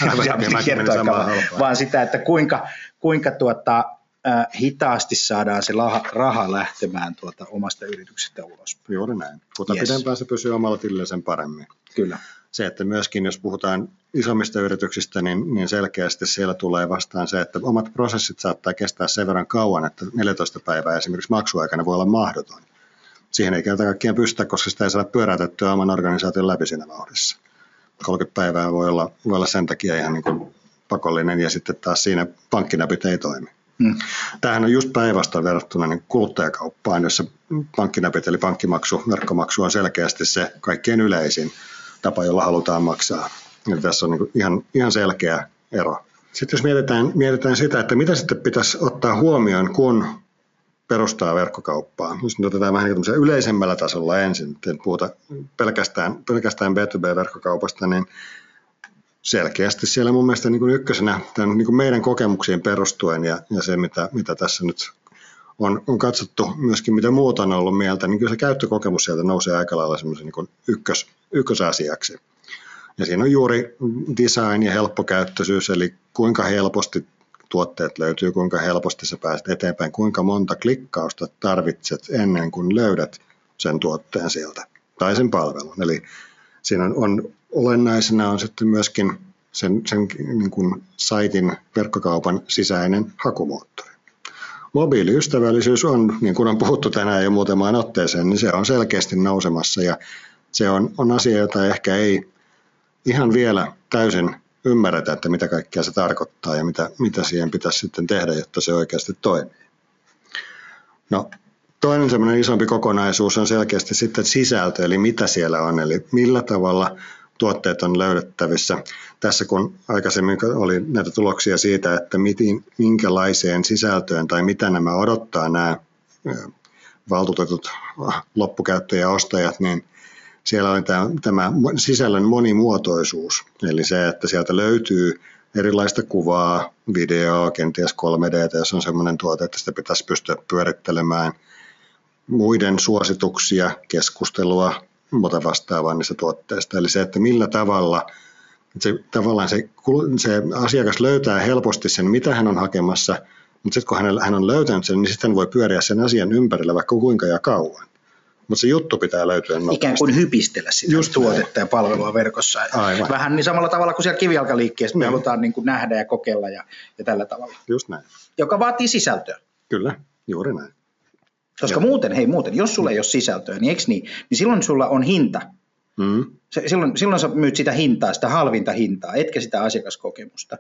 Vaan sitä, että kuinka hitaasti saadaan se raha lähtemään omasta yrityksestä ulos. Juuri näin. Mutta pidempään se pysyy omalla tilillä sen paremmin. Kyllä. Se, että myöskin jos puhutaan isommista yrityksistä, niin selkeästi siellä tulee vastaan se, että omat prosessit saattaa kestää sen verran kauan, että 14 päivää esimerkiksi maksuaikana voi olla mahdoton. Siihen ei kerta kaikkiaan pystytä, koska sitä ei saada pyöräytettyä oman organisaation läpi siinä vauhdissa. 30 päivää voi olla sen takia ihan niin kuin pakollinen ja sitten taas siinä pankkinapit ei toimi. Tämähän on just päinvastoin verrattuna niin kuluttajakauppaan, jossa pankkinäpit eli pankkimaksu, verkkomaksu on selkeästi se kaikkein yleisin tapa, jolla halutaan maksaa. Eli tässä on niin ihan selkeä ero. Sitten jos mietitään sitä, että mitä sitten pitäisi ottaa huomioon, kun perustaa verkkokauppaa. Jos nyt otetaan vähän yleisemmällä tasolla ensin, en puhuta pelkästään B2B-verkkokaupasta, niin selkeästi siellä mun mielestä niin kuin ykkösenä tämän niin kuin meidän kokemuksiin perustuen ja se, mitä tässä nyt on katsottu myöskin, mitä muut on ollut mieltä, niin kyllä se käyttökokemus sieltä nousee aika lailla semmoisen niin kuin ykkösasiaksi. Ja siinä on juuri design ja helppokäyttöisyys, eli kuinka helposti tuotteet löytyy, kuinka helposti sä pääset eteenpäin, kuinka monta klikkausta tarvitset ennen kuin löydät sen tuotteen sieltä tai sen palvelun. Eli siinä on olennaisena on sitten myöskin sen niin kuin saitin verkkokaupan sisäinen hakumoottori. Mobiiliystävällisyys on, niin kuin on puhuttu tänään jo muutamaan otteeseen, niin se on selkeästi nousemassa ja se on asia, jota ehkä ei ihan vielä täysin ymmärretä, että mitä kaikkea se tarkoittaa ja mitä siihen pitäisi sitten tehdä, jotta se oikeasti toimii. No, toinen semmoinen isompi kokonaisuus on selkeästi sitten sisältö, eli mitä siellä on, eli millä tavalla tuotteet on löydettävissä. Tässä kun aikaisemmin oli näitä tuloksia siitä, että minkälaiseen sisältöön tai mitä nämä odottaa nämä valtuutetut loppukäyttäjä ja ostajat, niin siellä oli tämä sisällön monimuotoisuus, eli se, että sieltä löytyy erilaista kuvaa, videoa, kenties 3D, jos on sellainen tuote, että sitä pitäisi pystyä pyörittelemään, muiden suosituksia, keskustelua, muuta vastaavaa niistä tuotteista. Eli se, että millä tavalla se asiakas löytää helposti sen, mitä hän on hakemassa, mutta sitten kun hän on löytänyt sen, niin sitten hän voi pyöriä sen asian ympärillä vaikka kuinka ja kauan. Mutta se juttu pitää löytyä nopeasti. Ikään kuin hypistellä sitä just tuotetta ja palvelua verkossa. Aivan. Vähän niin samalla tavalla kuin siellä kivijalkaliikkeessä me halutaan niin kuin nähdä ja kokeilla ja tällä tavalla. Just näin. Joka vaatii sisältöä. Kyllä, juuri näin. Koska muuten, jos sulla ei ole sisältöä, niin eikö niin? Niin silloin sulla on hinta. Silloin sä myyt sitä hintaa, sitä halvinta hintaa, etkä sitä asiakaskokemusta.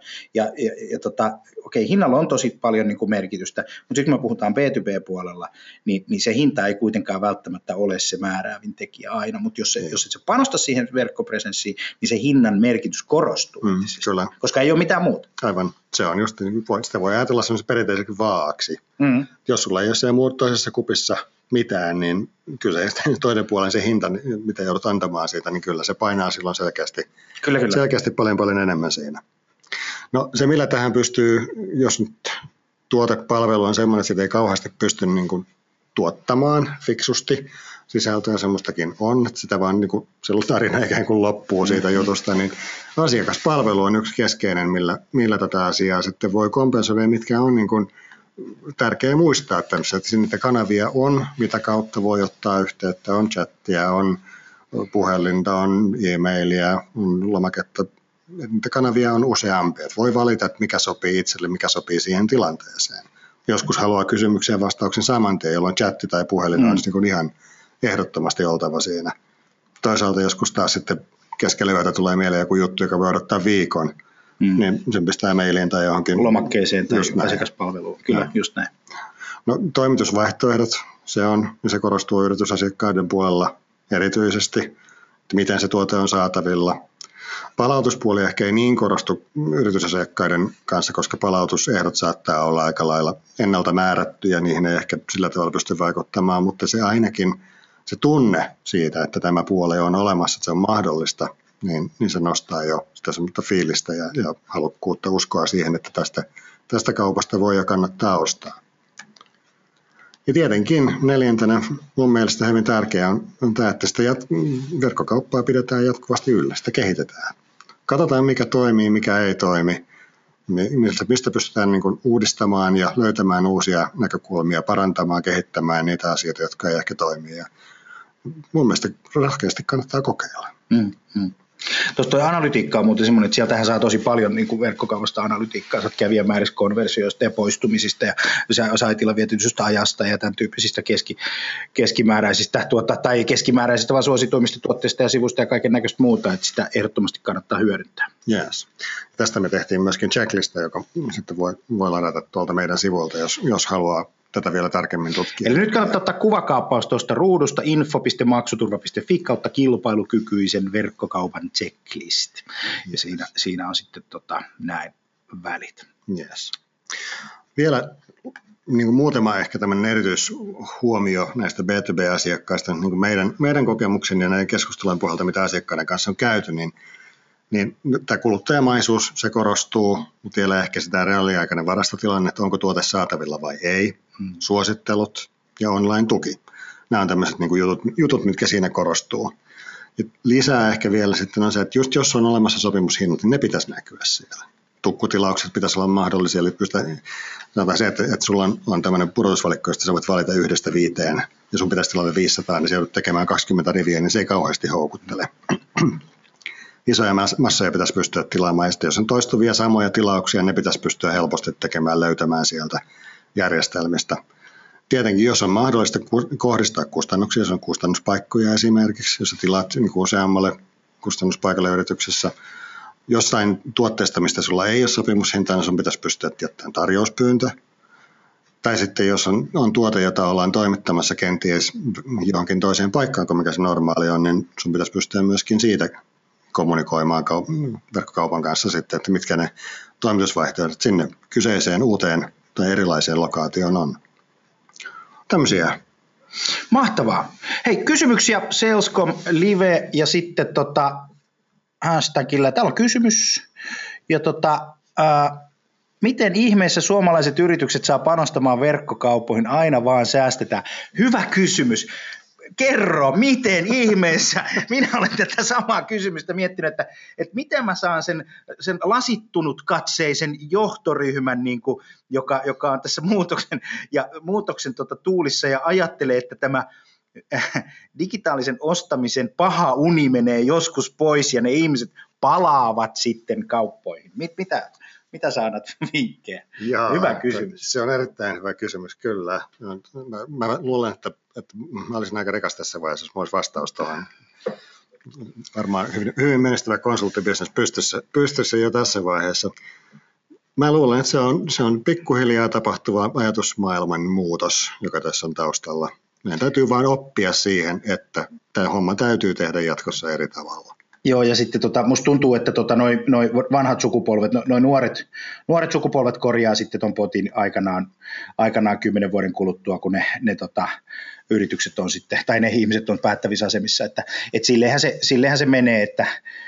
Okei, hinnalla on tosi paljon niin kuin merkitystä, mutta sitten kun me puhutaan B2B-puolella, niin se hinta ei kuitenkaan välttämättä ole se määräävin tekijä aina, mutta jos et sä panosta siihen verkkopresenssiin, niin se hinnan merkitys korostuu. Kyllä. Koska ei ole mitään muuta. Aivan, se on just, sitä voi ajatella semmoisen perinteiseksi vaaksi. Jos sulla ei ole siellä toisessa kupissa mitään, niin kyllä se toinen puolen se hinta, mitä joudut antamaan siitä, niin kyllä se painaa silloin selkeästi paljon enemmän siinä. No se, millä tähän pystyy, jos nyt tuotepalvelu on semmoinen, että sitä ei kauheasti pysty niin kuin tuottamaan fiksusti, sisältöä semmoistakin on, että sitä vaan niin kuin, se tarina ikään kuin loppuu siitä jutusta, niin asiakaspalvelu on yksi keskeinen, millä tätä asiaa sitten voi kompensoida, mitkä on niin kuin tärkeää muistaa tämmöistä, että niitä kanavia on, mitä kautta voi ottaa yhteyttä, on chattia, on puhelinta, on e-mailia, on lomaketta. Niitä kanavia on useampia. Voi valita, että mikä sopii itselle, mikä sopii siihen tilanteeseen. Joskus haluaa kysymyksen ja vastauksen saman tien, jolloin chatti tai puhelin on niin ihan ehdottomasti oltava siinä. Toisaalta joskus taas sitten keskellä yötä tulee mieleen joku juttu, joka voi odottaa viikon. Niin sen pistää mailiin tai johonkin lomakkeeseen tai asiakaspalveluun. Kyllä, just näin. No, toimitusvaihtoehdot, se korostuu yritysasiakkaiden puolella erityisesti, että miten se tuote on saatavilla. Palautuspuoli ehkä ei niin korostu yritysasiakkaiden kanssa, koska palautusehdot saattaa olla aika lailla ennalta määrätty ja niihin ei ehkä sillä tavalla pysty vaikuttamaan, mutta se ainakin se tunne siitä, että tämä puoli on olemassa, että se on mahdollista, niin se nostaa jo sitä semmoista fiilistä ja halukkuutta uskoa siihen, että tästä kaupasta voi ja kannattaa ostaa. Ja tietenkin neljäntenä mun mielestä hyvin tärkeää on tämä, että sitä verkkokauppaa pidetään jatkuvasti yllä, sitä kehitetään. Katsotaan mikä toimii, mikä ei toimi, mistä pystytään niin kuin uudistamaan ja löytämään uusia näkökulmia, parantamaan, kehittämään niitä asioita, jotka ei ehkä toimi. Ja mun mielestä rohkeasti kannattaa kokeilla. Tuossa toi analytiikka on muuten semmoinen, että sieltähän saa tosi paljon niin kuin verkkokaupasta analytiikkaa, saat kävijämäärissä, konversioista ja poistumisista ja saitilla vietytystä ajasta ja tämän tyyppisistä keskimääräisistä, tai keskimääräisistä vaan suosituimmista tuotteista ja sivuista ja kaiken näköistä muuta, että sitä ehdottomasti kannattaa hyödyntää. Yes. Tästä me tehtiin myöskin checklista, joka sitten voi ladata tuolta meidän sivuilta, jos haluaa tätä vielä tarkemmin tutkia. Eli nyt kannattaa ottaa kuvakaappaus tuosta ruudusta info.maksuturva.fi kautta kilpailukykyisen verkkokaupan checklist. Ja siinä on sitten näin välit. Yes. Vielä niin kuin muutama ehkä tämmöinen erityishuomio näistä B2B-asiakkaista, niin kuin meidän kokemuksen ja näiden keskustelujen pohjalta, mitä asiakkaiden kanssa on käyty, niin tämä kuluttajamaisuus, se korostuu, mutta vielä ehkä sitä reaaliaikainen varastotilanne, että onko tuote saatavilla vai ei, suosittelut ja online-tuki. Nämä on tämmöiset niin kuin jutut, mitkä siinä korostuu. Ja lisää ehkä vielä sitten on se, että just jos on olemassa sopimushinnat, niin ne pitäisi näkyä siellä. Tukkutilaukset pitäisi olla mahdollisia, eli sanotaan se, että sulla on tämmöinen pudotusvalikko, josta sä voit valita 1-5, ja sun pitäisi tilata 500, niin se joudut tekemään 20 riviä, niin se ei kauheasti houkuttele. Isoja massoja pitäisi pystyä tilaamaan, ja sitten jos on toistuvia samoja tilauksia, ne pitäisi pystyä helposti löytämään sieltä järjestelmistä. Tietenkin, jos on mahdollista kohdistaa kustannuksia, jos on kustannuspaikkoja esimerkiksi, jos tilaat niin useammalle kustannuspaikalle yrityksessä, jossain tuotteesta, mistä sulla ei ole sopimushintaa, niin sun pitäisi pystyä jättämään tarjouspyyntö. Tai sitten jos on tuote, jota ollaan toimittamassa kenties johonkin toiseen paikkaan kuin mikä se normaali on, niin sun pitäisi pystyä myöskin siitä kommunikoimaan verkkokaupan kanssa sitten, että mitkä ne toimitusvaihtoehdot sinne kyseiseen uuteen tai erilaiseen lokaatioon on. Tämmöisiä. Mahtavaa. Hei, kysymyksiä Salescom Live ja sitten hashtagillä. Täällä on kysymys. Ja miten ihmeessä suomalaiset yritykset saa panostamaan verkkokauppoihin, aina vaan säästetään? Hyvä kysymys. Kerro, miten ihmeessä? Minä olen tätä samaa kysymystä miettinyt, että miten mä saan sen lasittunut katseisen johtoryhmän, niin kuin, joka on tässä muutoksen tuulissa ja ajattelee, että tämä digitaalisen ostamisen paha uni menee joskus pois ja ne ihmiset palaavat sitten kauppoihin. Mitä sä annat vinkkejä? Hyvä kysymys. Se on erittäin hyvä kysymys, kyllä. Mä luulen, että mä olisin aika rikas tässä vaiheessa, jos olisi vastaus tuohon. Varmaan hyvin menestyvä konsulttibisnes pystyssä jo tässä vaiheessa. Mä luulen, että se on pikkuhiljaa tapahtuva ajatusmaailman muutos, joka tässä on taustalla. Meidän täytyy vain oppia siihen, että tämä homma täytyy tehdä jatkossa eri tavalla. Joo, ja sitten musta tuntuu, että noi vanhat sukupolvet, noi nuoret sukupolvet korjaa sitten ton potin aikanaan 10 vuoden kuluttua, kun ne yritykset on sitten, tai ne ihmiset on päättävissä asemissa, että silleenhän se menee, että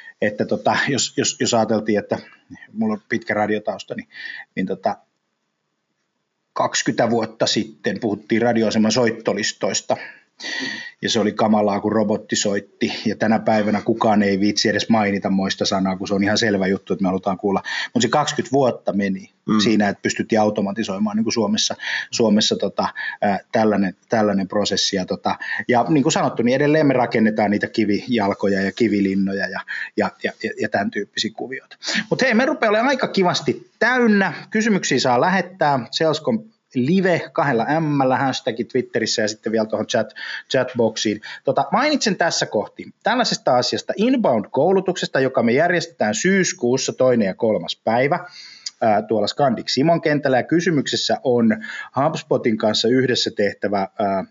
jos ajateltiin, että mulla on pitkä radiotausta, niin 20 vuotta sitten puhuttiin radioaseman soittolistoista, ja se oli kamalaa, kun robotti soitti, ja tänä päivänä kukaan ei viitsi edes mainita moista sanaa, kun se on ihan selvä juttu, että me halutaan kuulla. Mutta se 20 vuotta meni siinä, että pystyttiin automatisoimaan niin kuin Suomessa tällainen prosessi. Ja niin kuin sanottu, niin edelleen me rakennetaan niitä kivijalkoja ja kivilinnoja ja tämän tyyppisiä kuvioita. Mutta hei, me rupeaa olemaan aika kivasti täynnä. Kysymyksiä saa lähettää Salescom Live 2 M hashtagin Twitterissä ja sitten vielä tuohon chatboxiin. Mainitsen tässä kohti tällaisesta asiasta Inbound-koulutuksesta, joka me järjestetään syyskuussa 2. ja 3. päivä tuolla Scandic Simon kentällä, ja kysymyksessä on HubSpotin kanssa yhdessä tehtävä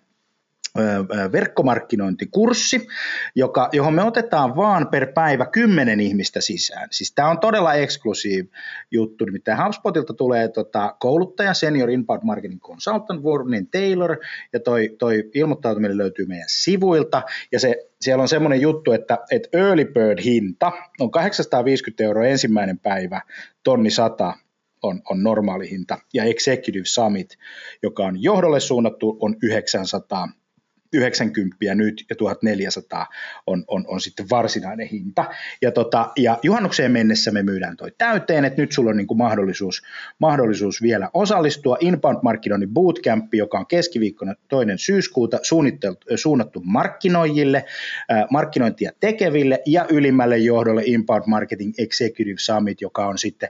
verkkomarkkinointikurssi, johon me otetaan vaan per päivä 10 ihmistä sisään. Siis tämä on todella eksklusiiv juttu, nimittäin HubSpotilta tulee kouluttaja, senior inbound marketing consultant, Warren Taylor, ja toi ilmoittautuminen löytyy meidän sivuilta, ja siellä on semmoinen juttu, että early bird hinta on 850 € ensimmäinen päivä, 1,100 on normaali hinta, ja Executive Summit, joka on johdolle suunnattu, on 900 90 nyt ja 1400 on sitten varsinainen hinta. Ja juhannukseen mennessä me myydään toi täyteen, että nyt sulla on niin kuin mahdollisuus vielä osallistua Inbound-markkinoinnin bootcamp, joka on keskiviikkona 2. syyskuuta suunnattu markkinoijille, markkinointia tekeville ja ylimmälle johdolle Inbound Marketing Executive Summit, joka on sitten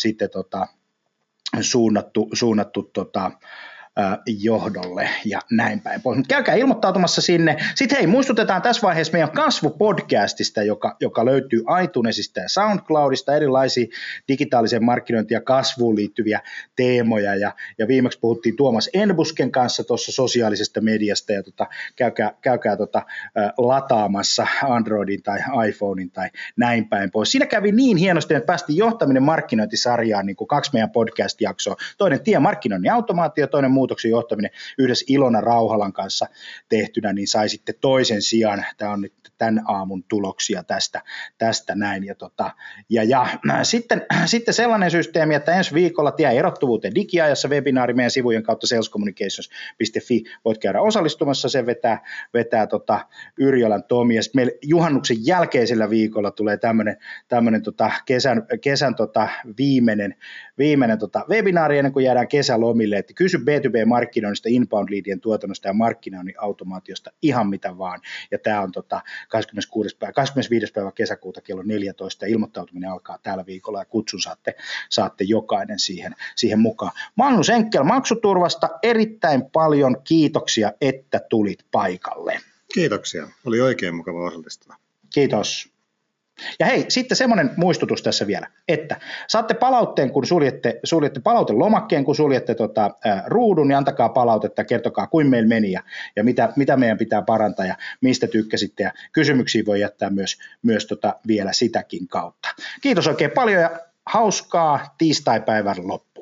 suunnattu johdolle ja näin päin pois. Mutta käykää ilmoittautumassa sinne. Sitten hei, muistutetaan tässä vaiheessa meidän kasvupodcastista, joka löytyy iTunesista ja SoundCloudista, erilaisia digitaaliseen markkinointiin ja kasvuun liittyviä teemoja. Ja viimeksi puhuttiin Tuomas Enbusken kanssa tuossa sosiaalisesta mediasta, ja käykää lataamassa Androidin tai iPhonein tai näin päin pois. Siinä kävi niin hienosti, että päästiin johtaminen markkinointisarjaan niin kuin 2 meidän podcast-jaksoa. Toinen tie markkinoinnin automaatio, toinen muutoksen johtaminen yhdessä Ilona Rauhalan kanssa tehtynä, niin sai sitten toisen sijan. Tämä on nyt tämän aamun tuloksia tästä näin. Ja sitten sellainen systeemi, että ensi viikolla tie erottuvuuteen digiajassa webinaari meidän sivujen kautta salescommunications.fi. Voit käydä osallistumassa, se vetää Yrjölän Tomi. Ja sitten meillä juhannuksen jälkeisellä viikolla tulee tämmöinen kesän viimeinen webinaari ennen kuin jäädään kesälomille, että kysy B2B-markkinoinnista, inbound-liidien tuotannosta ja markkinoinnin automaatiosta ihan mitä vaan. Ja tämä on 25. päivä kesäkuuta kello 14 ja ilmoittautuminen alkaa tällä viikolla ja kutsun saatte jokainen siihen mukaan. Magnus Enkel Maksuturvasta, erittäin paljon kiitoksia, että tulit paikalle. Kiitoksia, oli oikein mukava osallistua. Kiitos. Ja hei, sitten semmoinen muistutus tässä vielä, että saatte palautteen, kun suljette palautelomakkeen, kun suljette ruudun, niin antakaa palautetta, kertokaa kuin meillä meni ja mitä meidän pitää parantaa ja mistä tykkäsitte, ja kysymyksiä voi jättää myös vielä sitäkin kautta. Kiitos oikein paljon ja hauskaa tiistaipäivän loppua.